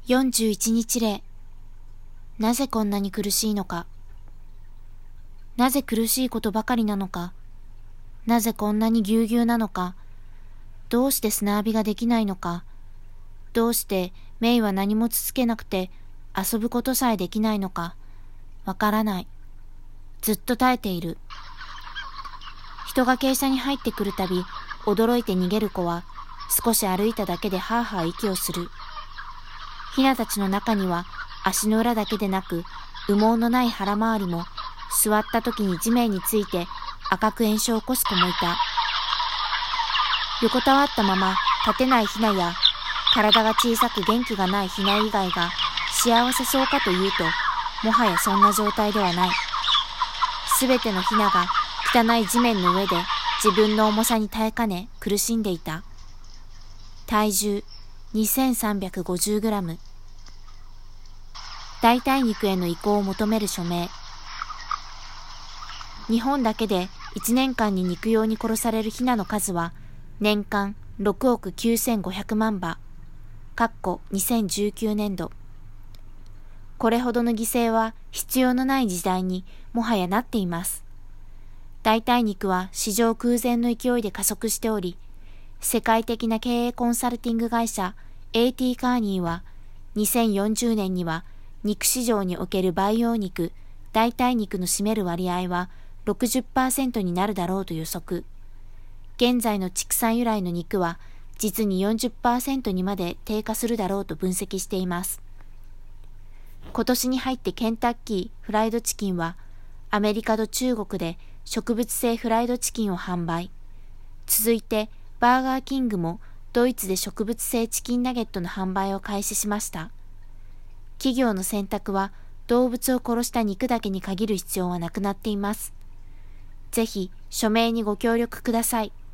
41日例。なぜこんなに苦しいのか。なぜ苦しいことばかりなのか。なぜこんなにぎゅうぎゅうなのか。どうして砂浴びができないのか。どうしてメイは何もつつけなくて遊ぶことさえできないのか。わからない。ずっと耐えている。人が傾斜に入ってくるたび、驚いて逃げる子は、少し歩いただけでハーハー息をする。ヒナたちの中には、足の裏だけでなく、羽毛のない腹回りも、座った時に地面について赤く炎症を起こす子もいた。横たわったまま立てないヒナや、体が小さく元気がないヒナ以外が幸せそうかというと、もはやそんな状態ではない。すべてのヒナが汚い地面の上で自分の重さに耐えかね苦しんでいた。体重2350グラム。代替肉への移行を求める署名。日本だけで1年間に肉用に殺されるヒナの数は年間6億9500万羽。2019年度。これほどの犠牲は必要のない時代にもはやなっています。代替肉は市場空前の勢いで加速しており、世界的な経営コンサルティング会社 AT カーニーは2040年には肉市場における培養肉、代替肉の占める割合は 60% になるだろうと予測。現在の畜産由来の肉は実に 40% にまで低下するだろうと分析しています。今年に入ってケンタッキーフライドチキンはアメリカと中国で植物性フライドチキンを販売。続いてバーガーキングもドイツで植物性チキンナゲットの販売を開始しました。企業の選択は動物を殺した肉だけに限る必要はなくなっています。ぜひ署名にご協力ください。